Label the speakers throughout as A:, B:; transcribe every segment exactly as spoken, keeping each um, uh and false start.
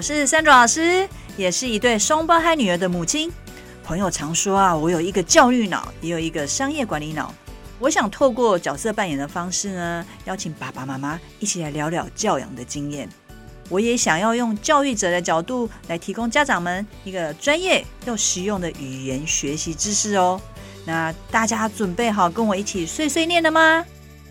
A: 是Sandra老师，也是一对双胞胎女儿的母亲。朋友常说啊，我有一个教育脑，也有一个商业管理脑。我想透过角色扮演的方式呢，邀请爸爸妈妈一起来聊聊教养的经验。我也想要用教育者的角度来提供家长们一个专业又实用的语言学习知识哦。那大家准备好跟我一起碎碎念了吗？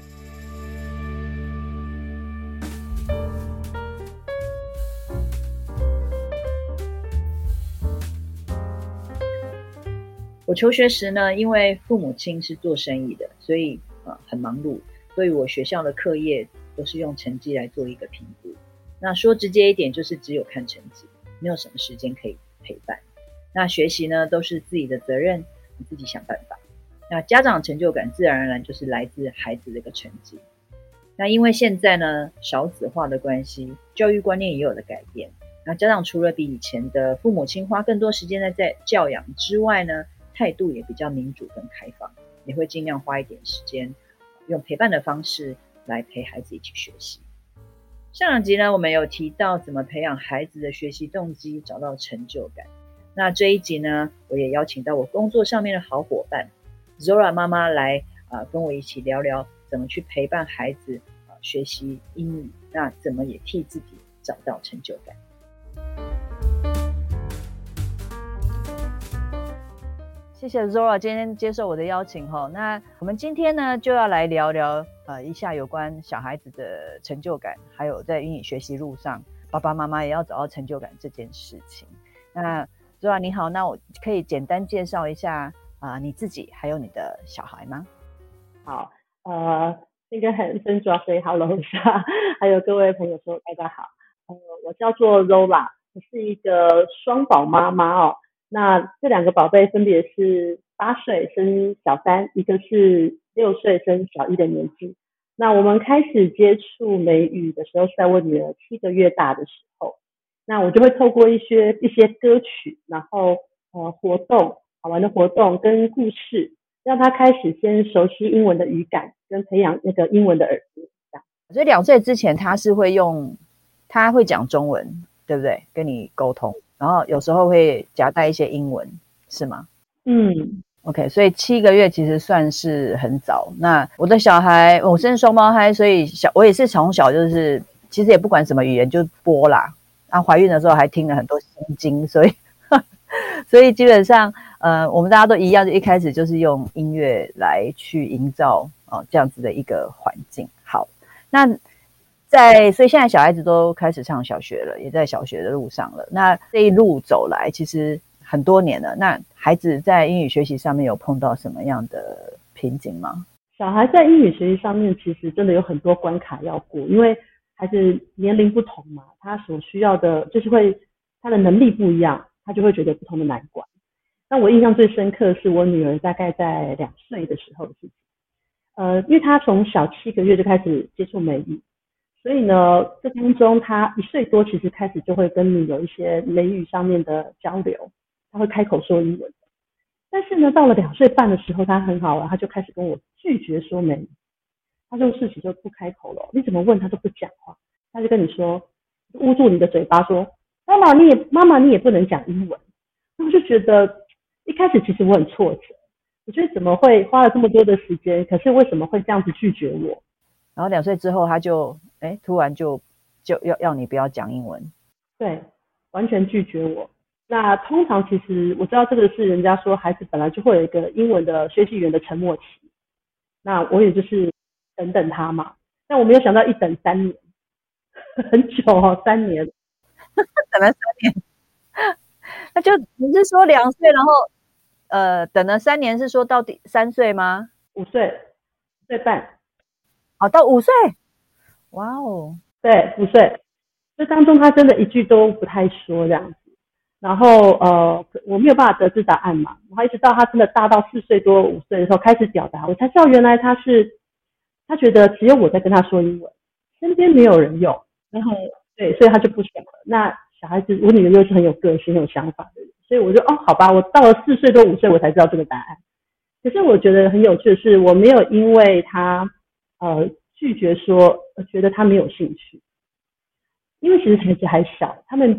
A: 我求学时呢，因为父母亲是做生意的，所以、呃、很忙碌，所以我学校的课业都是用成绩来做一个评估。那说直接一点，就是只有看成绩，没有什么时间可以陪伴。那学习呢，都是自己的责任，你自己想办法。那家长成就感自然而然就是来自孩子的一个成绩。那因为现在呢，少子化的关系，教育观念也有了改变。那家长除了比以前的父母亲花更多时间在在教养之外呢，态度也比较民主跟开放，也会尽量花一点时间，用陪伴的方式来陪孩子一起学习。上两集呢，我们有提到怎么培养孩子的学习动机，找到成就感。那这一集呢，我也邀请到我工作上面的好伙伴 Zora 妈妈来、呃、跟我一起聊聊怎么去陪伴孩子、呃、学习英语，那怎么也替自己找到成就感。谢谢 Zora 今天接受我的邀请。那我们今天呢就要来聊聊呃一下有关小孩子的成就感，还有在英语学习路上爸爸妈妈也要找到成就感这件事情。那 Zora 你好，那我可以简单介绍一下、呃、你自己还有你的小孩吗？
B: 好，呃，那个很深主要 say hello 还有各位朋友说大家好。呃，我叫做 Zola， 我是一个双宝妈妈哦。那这两个宝贝分别是八岁升小三，一个是六岁升小一的年纪。那我们开始接触美语的时候是在我女儿七个月大的时候，那我就会透过一些一些歌曲，然后呃活动好玩的活动跟故事，让她开始先熟悉英文的语感，跟培养那个英文的耳朵。
A: 所以两岁之前她是会用，她会讲中文对不对？跟你沟通，然后有时候会夹带一些英文，是吗？
B: 嗯
A: OK， 所以七个月其实算是很早。那我的小孩，我生双胞胎，所以小我也是从小就是其实也不管什么语言就播啦。啊，怀孕的时候还听了很多心经，所以所以基本上呃，我们大家都一样，就一开始就是用音乐来去营造、哦、这样子的一个环境。好，那在所以现在小孩子都开始上小学了，也在小学的路上了。那这一路走来其实很多年了，那孩子在英语学习上面有碰到什么样的瓶颈吗？
B: 小孩在英语学习上面其实真的有很多关卡要过，因为孩子年龄不同嘛，他所需要的就是会他的能力不一样，他就会觉得不同的难关。那我印象最深刻是我女儿大概在两岁的时候的事情。呃，因为她从小七个月就开始接触美语，所以呢，这当中她一岁多其实开始就会跟你有一些美语上面的交流，她会开口说英文。但是呢，到了两岁半的时候，她很好了，她就开始跟我拒绝说美语，她就事情就不开口了，你怎么问她都不讲话，她就跟你说，捂住你的嘴巴说，妈妈你也妈妈你也不能讲英文。那我就觉得一开始其实我很挫折，我觉得怎么会花了这么多的时间，可是为什么会这样子拒绝我？
A: 然后两岁之后他就哎突然就就要要你不要讲英文。
B: 对，完全拒绝我。那通常其实我知道这个是人家说孩子本来就会有一个英文的学习语言的沉默期，那我也就是等等他嘛。但我没有想到一等三年，很久哦，三年
A: 等了三年。那就你是说两岁，然后呃等了三年，是说到底三岁吗？
B: 五岁，五岁半。
A: 哦，到五岁，哇哦，
B: 对，五岁。这当中他真的一句都不太说这样子，然后呃我没有办法得知答案嘛，然后一直到他真的大到四岁多五岁的时候开始表达，我才知道原来他是他觉得只有我在跟他说英文，身边没有人用，然后对，所以他就不想了。那小孩子，我女儿又是很有个性很有想法的人，所以我就哦好吧，我到了四岁多五岁我才知道这个答案。可是我觉得很有趣的是，我没有因为他呃拒绝说觉得他没有兴趣，因为其实孩子还小，他们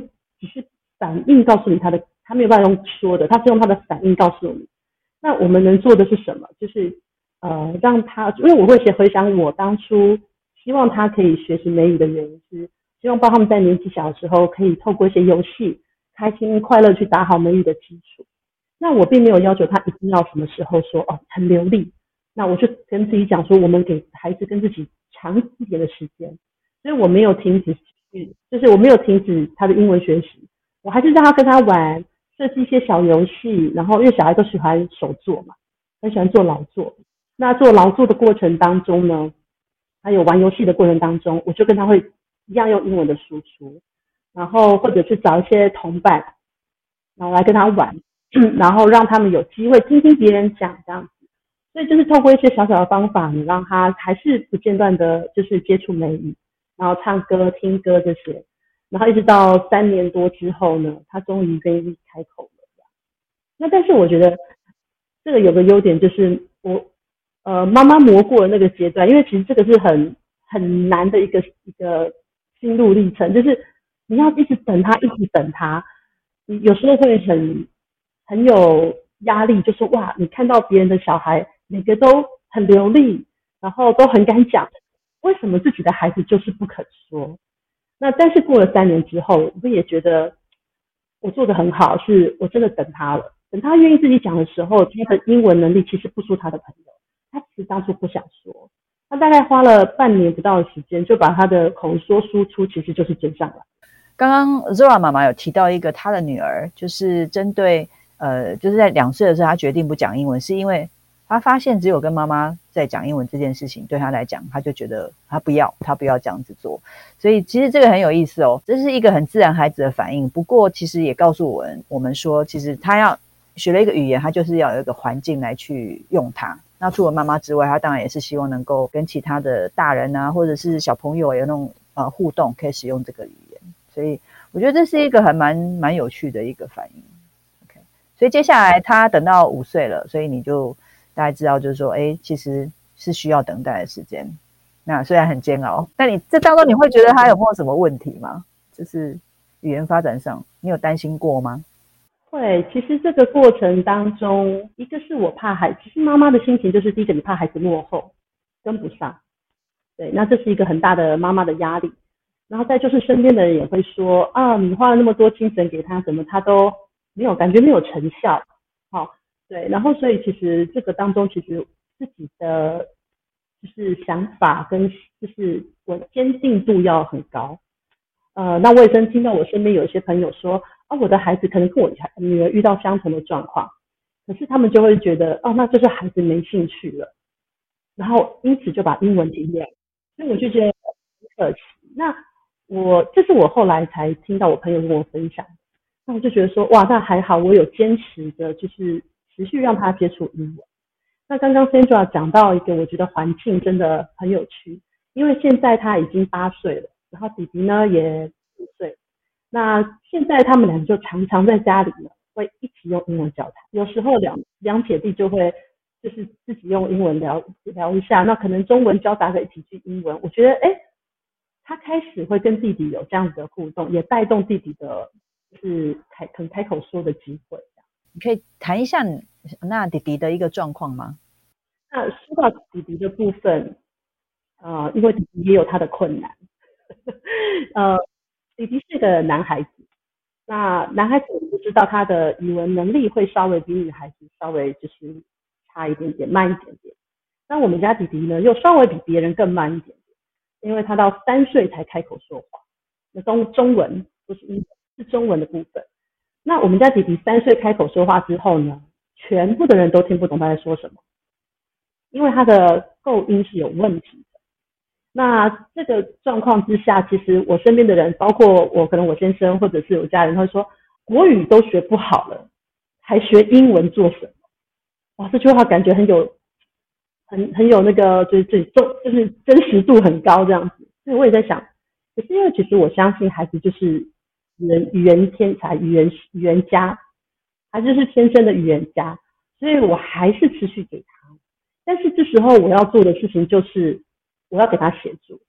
B: 只是反应告诉你他的，他没有办法用说的，他是用他的反应告诉你。那我们能做的是什么？就是呃让他，因为我会回想我当初希望他可以学习美语的原因是，希望帮他们在年纪小的时候可以透过一些游戏，开心快乐去打好美语的基础。那我并没有要求他一定要什么时候说哦很流利，那我就跟自己讲说，我们给孩子跟自己长一点的时间，所以我没有停止，就是我没有停止他的英文学习，我还是让他跟他玩，设计一些小游戏，然后因为小孩都喜欢手作嘛，很喜欢做劳作。那做劳作的过程当中呢，还有玩游戏的过程当中，我就跟他会一样用英文的输出，然后或者是找一些同伴，然后来跟他玩。然后让他们有机会听听别人讲这样子，所以就是透过一些小小的方法，你让他还是不间断的，就是接触美语，然后唱歌、听歌这些，然后一直到三年多之后呢，他终于愿意开口了。那但是我觉得这个有个优点就是我呃妈妈磨过了那个阶段，因为其实这个是很很难的一个一个心路历程，就是你要一直等他，一直等他，你有时候会很。很有压力，就是哇，你看到别人的小孩每个都很流利，然后都很敢讲，为什么自己的孩子就是不肯说？那但是过了三年之后，我也觉得我做得很好，是我真的等他了，等他愿意自己讲的时候，他的英文能力其实不输他的朋友，他其实当初不想说，他大概花了半年不到的时间，就把他的口说输出其实就是追上了。
A: 刚刚 Zora 妈妈有提到一个她的女儿，就是针对呃，就是在两岁的时候，他决定不讲英文，是因为他发现只有跟妈妈在讲英文这件事情，对他来讲，他就觉得他不要，他不要这样子做。所以其实这个很有意思哦，这是一个很自然孩子的反应。不过其实也告诉我们，我们说，其实他要学了一个语言，他就是要有一个环境来去用它。那除了妈妈之外，他当然也是希望能够跟其他的大人啊，或者是小朋友有那种呃互动，可以使用这个语言。所以我觉得这是一个还蛮蛮有趣的一个反应。所以接下来他等到五岁了，所以你就大概知道，就是说，哎，其实是需要等待的时间。那虽然很煎熬，但你这当中你会觉得他有没有什么问题吗？就是语言发展上，你有担心过吗？
B: 会，其实这个过程当中，一个是我怕孩子，其实妈妈的心情就是第一个，你怕孩子落后，跟不上，对，那这是一个很大的妈妈的压力。然后再就是身边的人也会说，啊，你花了那么多精神给他，怎么他都没有感觉没有成效，好、哦，对，然后所以其实这个当中，其实自己的就是想法跟就是我坚定度要很高，呃，那我也曾听到我身边有一些朋友说，啊，我的孩子可能跟我女儿遇到相同的状况，可是他们就会觉得，哦，那就是孩子没兴趣了，然后因此就把英文停掉，所以我就觉得很可惜。那我这是我后来才听到我朋友跟我分享。那我就觉得说，哇，那还好，我有坚持的，就是持续让他接触英文。那刚刚 Sandra 讲到一个，我觉得环境真的很有趣，因为现在他已经八岁了，然后弟弟呢也五岁。那现在他们两个就常常在家里呢，会一起用英文交谈。有时候两两姐弟就会就是自己用英文聊聊一下，那可能中文交杂个几句英文。我觉得，哎，他开始会跟弟弟有这样子的互动，也带动弟弟的。是开肯开口说的机会，
A: 你可以谈一下那弟弟的一个状况吗？
B: 那说到弟弟的部分，呃，因为弟弟也有他的困难，呃，弟弟是个男孩子，那男孩子我们都知道他的语文能力会稍微比女孩子稍微就是差一点点，慢一点点。那我们家弟弟呢，又稍微比别人更慢一点点，因为他到三岁才开口说话，那中中文不是英文。是中文的部分。那我们家弟弟三岁开口说话之后呢，全部的人都听不懂他在说什么，因为他的构音是有问题的。那这个状况之下，其实我身边的人，包括我，可能我先生或者是我家人，会说国语都学不好了，还学英文做什么？哇，这句话感觉很有，很很有那个，就是就是就是真实度很高这样子。所以我也在想，可是因为其实我相信孩子就是。语言语言天才，语言语言家，他就是天生的语言家，所以我还是持续给他。但是这时候我要做的事情就是，我要给他协助。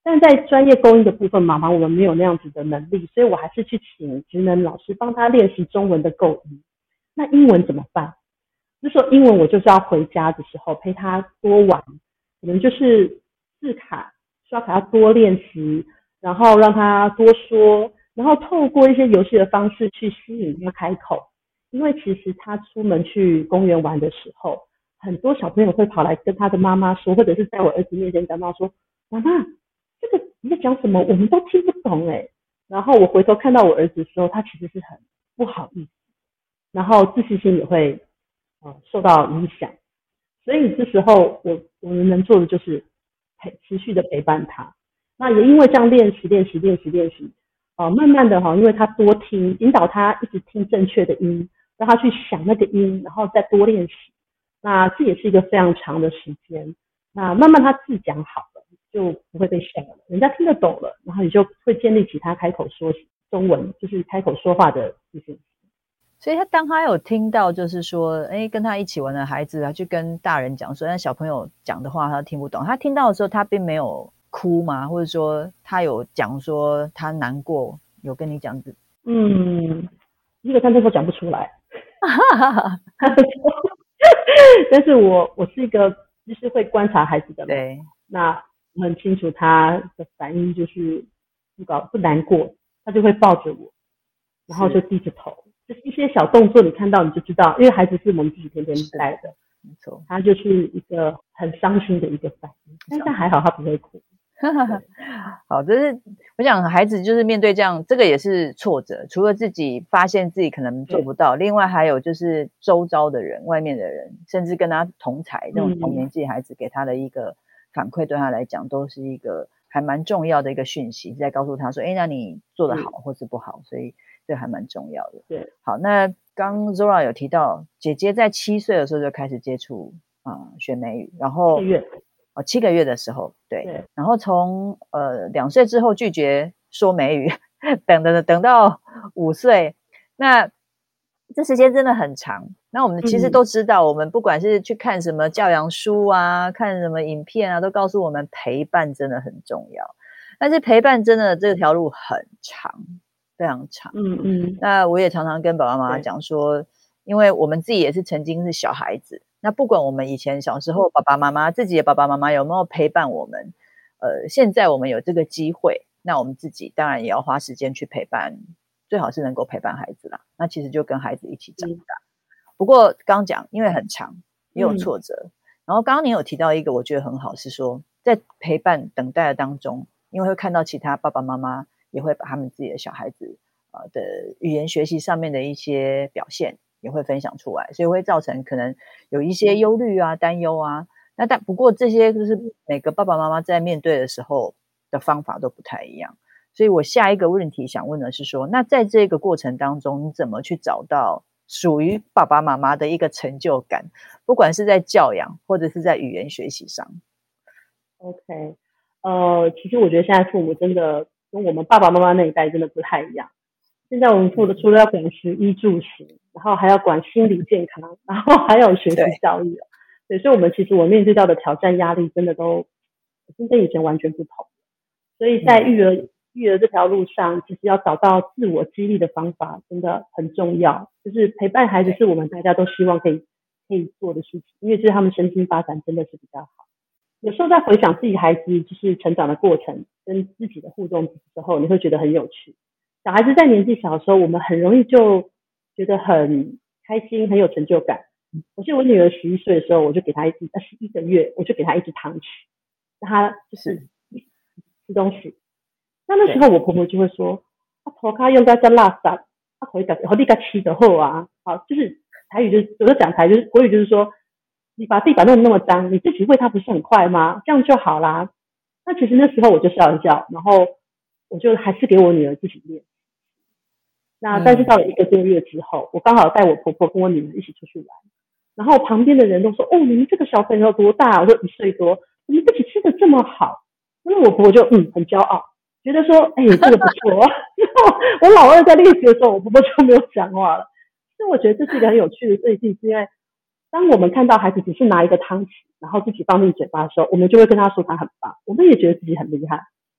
B: 但在专业公益的部分，妈妈我们没有那样子的能力，所以我还是去请职能老师帮他练习中文的构音。那英文怎么办？就说英文我就是要回家的时候陪他多玩，可能就是字卡刷卡要多练习，然后让他多说，然后透过一些游戏的方式去吸引他开口。因为其实他出门去公园玩的时候，很多小朋友会跑来跟他的妈妈说，或者是在我儿子面前讲到说，妈妈这个你在讲什么，我们都听不懂诶。然后我回头看到我儿子的时候，他其实是很不好意思，然后自信心也会呃受到影响。所以这时候我我们能做的就是陪持续的陪伴他。那也因为这样练习练习练习练习呃慢慢的哈，因为他多听，引导他一直听正确的音，让他去想那个音，然后再多练习。那这也是一个非常长的时间。那慢慢他字讲好了，就不会被笑了，人家听得懂了，然后你就会建立起他开口说中文，就是开口说话的自信心。
A: 所以他当他有听到就是说哎，跟他一起玩的孩子啊去跟大人讲说那小朋友讲的话他听不懂，他听到的时候他并没有哭吗？或者说他有讲说他难过，有跟你讲？
B: 嗯，一个他那时候讲不出来但是我我是一个就是会观察孩子的人，
A: 对，
B: 那我很清楚他的反应，就是不搞不难过，他就会抱着我，然后就低着头，就是一些小动作你看到你就知道，因为孩子是我们自己天天带的，
A: 没错，
B: 他就是一个很伤心的一个反应，但是还好他不会哭
A: 好，这是我想孩子就是面对这样，这个也是挫折，除了自己发现自己可能做不到，另外还有就是周遭的人，外面的人，甚至跟他同才那种同年纪孩子给他的一个反馈，对他来讲都是一个还蛮重要的一个讯息，在告诉他说哎，那你做得好或是不好，所以这还蛮重要的。
B: 对，
A: 好，那刚 Zora 有提到姐姐在七岁的时候就开始接触啊、呃、学美语，然后
B: 七个月
A: 哦，七个月的时候，对，
B: 对，
A: 然后从呃两岁之后拒绝说美语，等等等到五岁，那这时间真的很长。那我们其实都知道，我们不管是去看什么教养书啊，看什么影片啊，都告诉我们陪伴真的很重要。但是陪伴真的这条路很长，非常长。
B: 嗯嗯。
A: 那我也常常跟爸爸妈妈讲说，因为我们自己也是曾经是小孩子。那不管我们以前小时候爸爸妈妈自己的爸爸妈妈有没有陪伴我们，呃，现在我们有这个机会，那我们自己当然也要花时间去陪伴，最好是能够陪伴孩子啦。那其实就跟孩子一起长大。不过刚讲因为很长也有挫折，嗯、然后刚刚你有提到一个我觉得很好，是说在陪伴等待的当中，因为会看到其他爸爸妈妈也会把他们自己的小孩子、呃、的语言学习上面的一些表现也会分享出来，所以会造成可能有一些忧虑啊、担忧啊。那但不过这些就是每个爸爸妈妈在面对的时候的方法都不太一样。所以我下一个问题想问的是说，那在这个过程当中，你怎么去找到属于爸爸妈妈的一个成就感？不管是在教养或者是在语言学习上。
B: OK， 呃，其实我觉得现在父母真的跟我们爸爸妈妈那一代真的不太一样。现在我们父母除了要管食衣住行，然后还要管心理健康，然后还有学习教育。对，所以我们其实我面对到的挑战压力真的都跟以前完全不同。所以在育儿、嗯、育儿这条路上，其实要找到自我激励的方法真的很重要。就是陪伴孩子是我们大家都希望可以可以做的事情，因为这是他们身心发展真的是比较好。有时候在回想自己孩子就是成长的过程跟自己的互动的时候，你会觉得很有趣。小孩子在年纪小的时候，我们很容易就觉得很开心，很有成就感。我记得我女儿十一岁的时候，我就给她一只呃十一个月，我就给她一只糖匙，让她就是吃东西。那那时候我婆婆就会说：“她头壳用在这垃圾，她可以讲，好你个吃的后啊，好就是台语就是有的讲台就是国语就是说，你把地板弄得那么脏，你自己喂它不是很快吗？这样就好啦。”那其实那时候我就笑一笑，然后我就还是给我女儿自己练。那但是到了一个多月之后，我刚好带我婆婆跟我女儿一起出去玩，然后旁边的人都说：“哦，你们这个小朋友多大？”我说：“一岁多。”你们自己吃的这么好，那我婆婆就嗯很骄傲，觉得说：“哎、欸，这个不错。”然后我老二在练习的时候，我婆婆就没有讲话了。所以我觉得这是一个很有趣的事情，是因为当我们看到孩子只是拿一个汤匙，然后自己放进嘴巴的时候，我们就会跟他说他很棒，我们也觉得自己很厉害。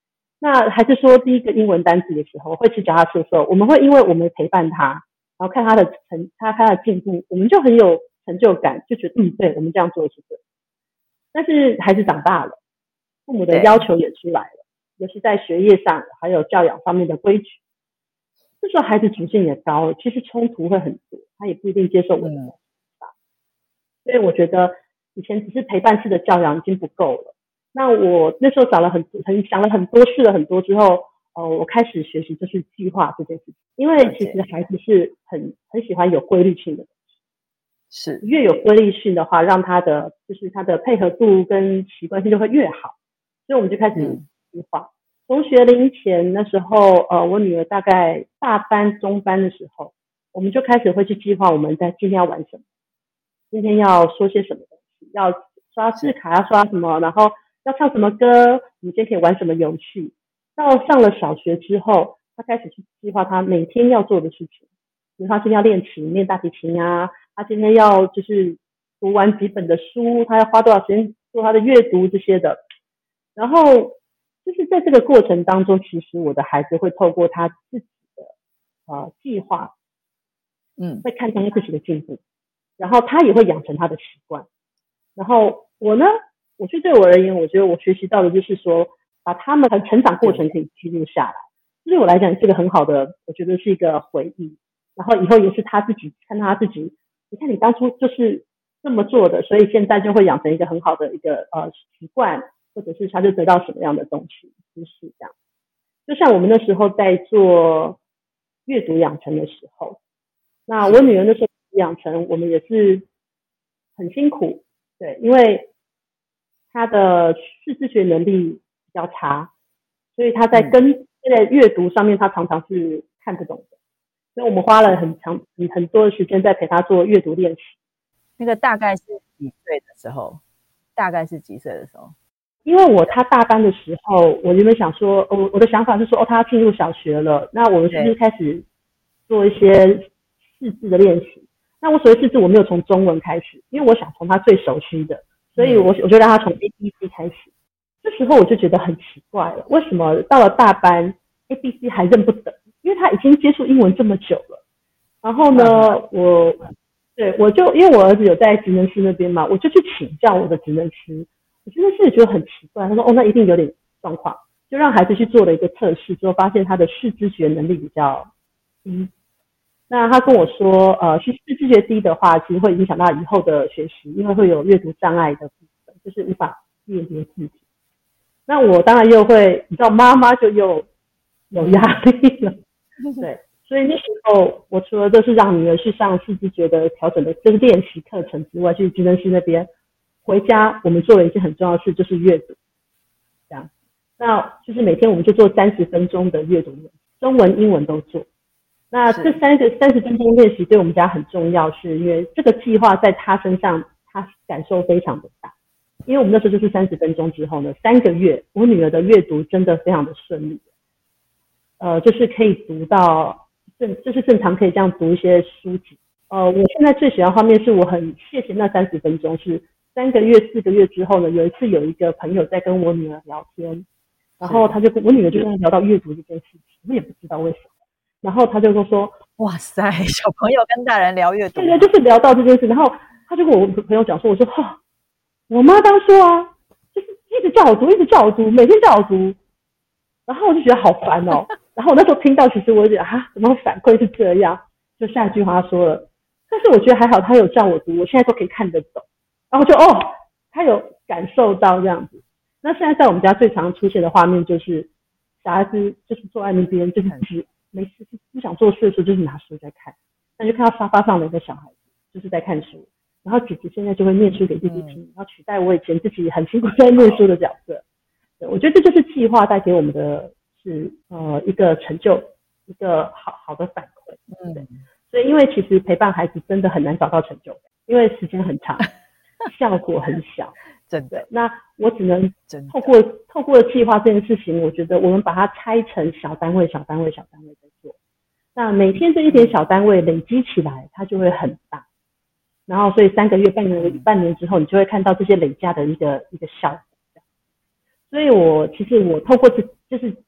B: 那还是说第一个英文单词的时候，会骑脚踏车的时候，我们会因为我们陪伴他，然后看他的成他他的进步，我们就很有成就感，就觉得嗯，对，我们这样做是对。但是孩子长大了，父母的要求也出来了，尤其在学业上还有教养方面的规矩，这时候孩子主性也高了，其实冲突会很多，他也不一定接受我的想法。所以我觉得以前只是陪伴式的教养已经不够了。那我那时候找了很很想了很多，试了很多之后，呃，我开始学习就是计划这件事情，因为其实孩子是很很喜欢有规律性的。
C: 是
B: 越有规律性的话，让他的就是他的配合度跟习惯性就会越好，所以我们就开始计划。从、嗯、学龄前那时候，呃，我女儿大概大班、中班的时候，我们就开始会去计划我们在今天要玩什么，今天要说些什么东西，要刷字卡要刷什么，然后要唱什么歌，我们今天可以玩什么游戏。到上了小学之后，他开始去计划他每天要做的事情，比如他今天要练琴、练大提琴啊。他今天要就是读完几本的书，他要花多少时间做他的阅读这些的。然后就是在这个过程当中，其实我的孩子会透过他自己的呃计划，嗯，会看到他自己的进步，然后他也会养成他的习惯。然后我呢，我觉得对我而言，我觉得我学习到的就是说，把他们的成长过程可以记录下来，对我来讲是个很好的，我觉得是一个回忆。然后以后也是他自己看他自己。你看你当初就是这么做的，所以现在就会养成一个很好的一个呃习惯，或者是他就得到什么样的东西知识这样。就像我们那时候在做阅读养成的时候，那我女儿那时候养成我们也是很辛苦，对，因为她的识字学能力比较差，所以她在跟在阅读上面她常常是看不懂的。所以我们花了很长很多的时间在陪他做阅读练习。
C: 那个大概是几岁的时候？大概是几岁的时候？
B: 因为我他大班的时候，我原本想说，我我的想法是说，哦，他进入小学了，那我们是不是开始做一些识字的练习？那我所谓识字，我没有从中文开始，因为我想从他最熟悉的，所以我我就让他从 A B C 开始。这时候我就觉得很奇怪了，为什么到了大班 A B C 还认不得？因为他已经接触英文这么久了，然后呢，我对我就因为我儿子有在职能师那边嘛，我就去请教我的职能师，我真的是觉得很奇怪。他说：“哦，那一定有点状况。”就让孩子去做了一个测试，之后发现他的识字学能力比较低。那他跟我说，呃，识字学低的话，其实会影响到以后的学习，因为会有阅读障碍的部分，就是无法辨别字体。那我当然又会，你知道，妈妈就又有压力了。对，所以那时候我除了就是让女儿去上识字学的调整的就是练习课程之外，去职能师那边回家，我们做了一件很重要的事，就是阅读。这样，那就是每天我们就做三十分钟的阅读，中文、英文都做。那这三个三十分钟练习对我们家很重要，是因为这个计划在他身上，他感受非常的大。因为我们那时候就是三十分钟之后呢，三个月，我女儿的阅读真的非常的顺利。呃，就是可以读到正，就是正常可以这样读一些书籍。呃，我现在最喜欢的画面是我很谢谢那三十分钟，是三个月、四个月之后呢，有一次有一个朋友在跟我女儿聊天，然后他就跟我女儿就跟他聊到阅读这件事情，我也不知道为什么，然后他就跟我说：“
C: 哇塞，小朋友跟大人聊阅读，
B: 对对，就是聊到这件事。”然后他就跟我朋友讲说：“我说哈，我妈当初啊，就是一直叫我读，一直叫我读，每天叫我读。”然后我就觉得好烦哦。然后我那时候听到，其实我就觉得啊，怎么反馈是这样？就下一句话说了，但是我觉得还好，他有叫我读，我现在都可以看得懂。然后就哦，他有感受到这样子。那现在在我们家最常出现的画面就是小孩子就是坐在那边，就是只没事不想做事的时候，就是拿书在看。那就看到沙发上的一个小孩子就是在看书，然后姐姐现在就会念书给弟弟听，然后取代我以前自己很辛苦在念书的角色。对，我觉得这就是计划带给我们的是呃一个成就，一个好好的反馈。对，嗯，所以因为其实陪伴孩子真的很难找到成就感，因为时间很长，效果很小。
C: 真的，
B: 那我只能透过透过计划这件事情，我觉得我们把它拆成小单位、小单位、小单位在做。那每天这一点小单位累积起来，它就会很大。然后，所以三个月、半年、半年之后，你就会看到这些累加的一个一个效果。所以我其实我透过这就是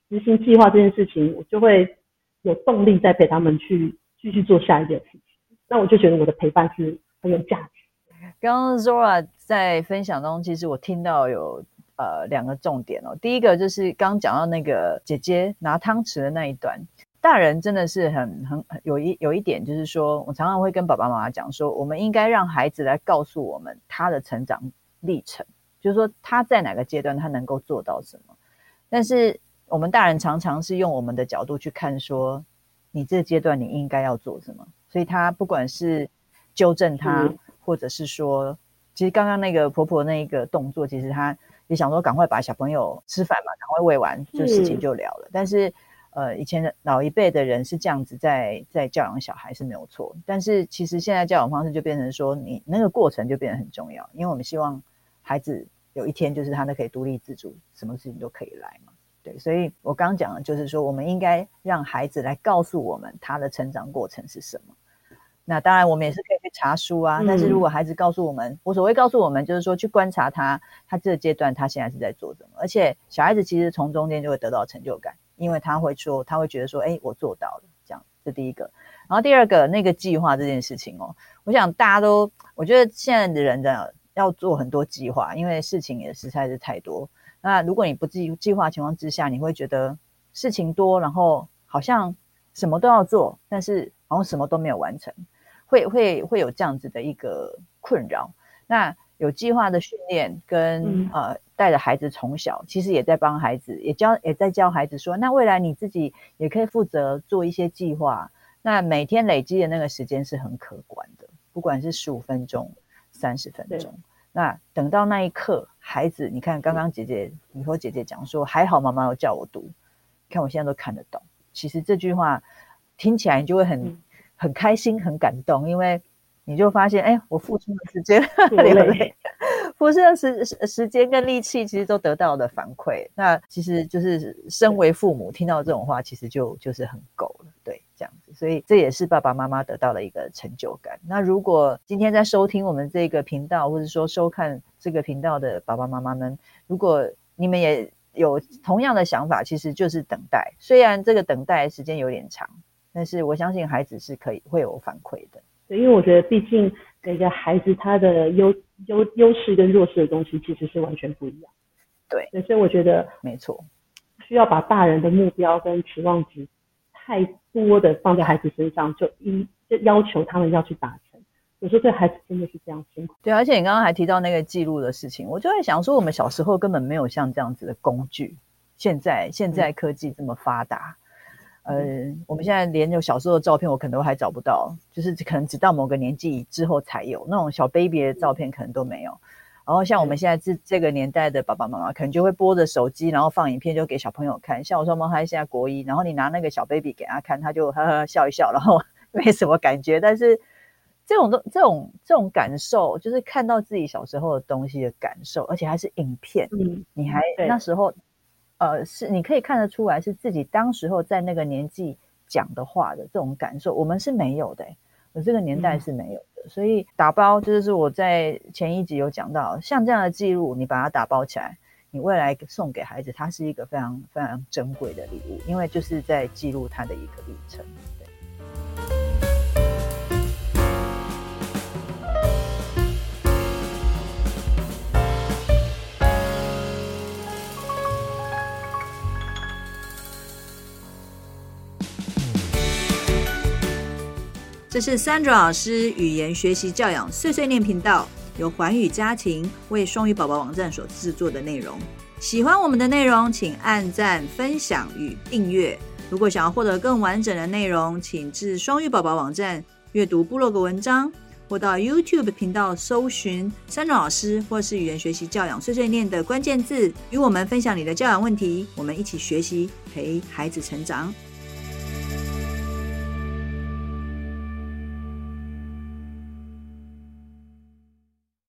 B: 执行计划这件事情，我就会有动力再陪他们去继续做下一件事情。那我就觉得我的陪伴是很有价值。
C: 刚刚 Zora 在分享中，其实我听到有呃两个重点哦。第一个就是刚讲到那个姐姐拿汤匙的那一段，大人真的是很很有一有一点，就是说我常常会跟爸爸妈妈讲说，我们应该让孩子来告诉我们他的成长历程，就是说他在哪个阶段他能够做到什么。但是我们大人常常是用我们的角度去看说，你这个阶段你应该要做什么，所以他不管是纠正他、嗯、或者是说，其实刚刚那个婆婆那个动作，其实他也想说赶快把小朋友吃饭嘛，赶快喂完就事情就了了、嗯、但是呃，以前的老一辈的人是这样子在在教养小孩是没有错，但是其实现在教养方式就变成说，你那个过程就变得很重要，因为我们希望孩子有一天就是他可以独立自主，什么事情都可以来嘛。对，所以我刚刚讲的就是说，我们应该让孩子来告诉我们他的成长过程是什么。那当然我们也是可以去查书啊、嗯、但是如果孩子告诉我们，我所谓告诉我们就是说去观察他他这个阶段他现在是在做什么，而且小孩子其实从中间就会得到成就感，因为他会说他会觉得说，哎，我做到了，这样，这第一个。然后第二个，那个计划这件事情哦，我想大家都，我觉得现在的人的要做很多计划，因为事情也实在是太多。那如果你不计计划情况之下，你会觉得事情多，然后好像什么都要做，但是好像什么都没有完成，会会会有这样子的一个困扰。那有计划的训练跟、嗯、呃带着孩子从小，其实也在帮孩子，也教也在教孩子说，那未来你自己也可以负责做一些计划。那每天累积的那个时间是很可观的，不管是十五分钟、三十分钟。那等到那一刻，孩子，你看刚刚姐姐，你和姐姐讲说，还好妈妈有叫我读，看我现在都看得懂。其实这句话听起来你就会很、嗯、很开心、很感动，因为你就发现，哎，我付出的时间流泪，付出的时时间跟力气，其实都得到了反馈。那其实就是身为父母，听到这种话，其实就就是很够了，对，这样子。所以这也是爸爸妈妈得到了一个成就感。那如果今天在收听我们这个频道，或者说收看这个频道的爸爸妈妈们，如果你们也有同样的想法，其实就是等待。虽然这个等待时间有点长，但是我相信孩子是可以会有反馈的。
B: 对，因为我觉得毕竟每个孩子他的优优优势跟弱势的东西其实是完全不一样。
C: 对，
B: 所以我觉得
C: 没错，
B: 需要把大人的目标跟期望值太多的放在孩子身上，就一就要求他们要去达成。有时候对孩子真的是这样辛苦。
C: 对，而且你刚刚还提到那个记录的事情，我就在想说，我们小时候根本没有像这样子的工具。现在现在科技这么发达。嗯、呃，我们现在连有小时候的照片我可能都还找不到，就是可能直到某个年纪之后才有那种小 baby 的照片，可能都没有。然后像我们现在这这个年代的爸爸妈妈，可能就会拨着手机，然后放影片就给小朋友看。像我双胞胎现在国一，然后你拿那个小 baby 给他看，他就呵呵笑一笑，然后没什么感觉。但是这种这种这种感受，就是看到自己小时候的东西的感受，而且还是影片，嗯，你还那时候。呃，是你可以看得出来是自己当时候在那个年纪讲的话的这种感受，我们是没有的、欸，我这个年代是没有的、嗯、所以打包就是我在前一集有讲到，像这样的记录你把它打包起来，你未来送给孩子，它是一个非常非常珍贵的礼物，因为就是在记录他的一个历程。这是 Sandra 老师语言学习教养碎碎念频道，由环宇家庭为双语宝宝网站所制作的内容。喜欢我们的内容，请按赞、分享与订阅。如果想要获得更完整的内容，请至双语宝宝网站阅读部落格文章，或到 YouTube 频道搜寻 Sandra 老师或是语言学习教养碎碎念的关键字，与我们分享你的教养问题，我们一起学习，陪孩子成长。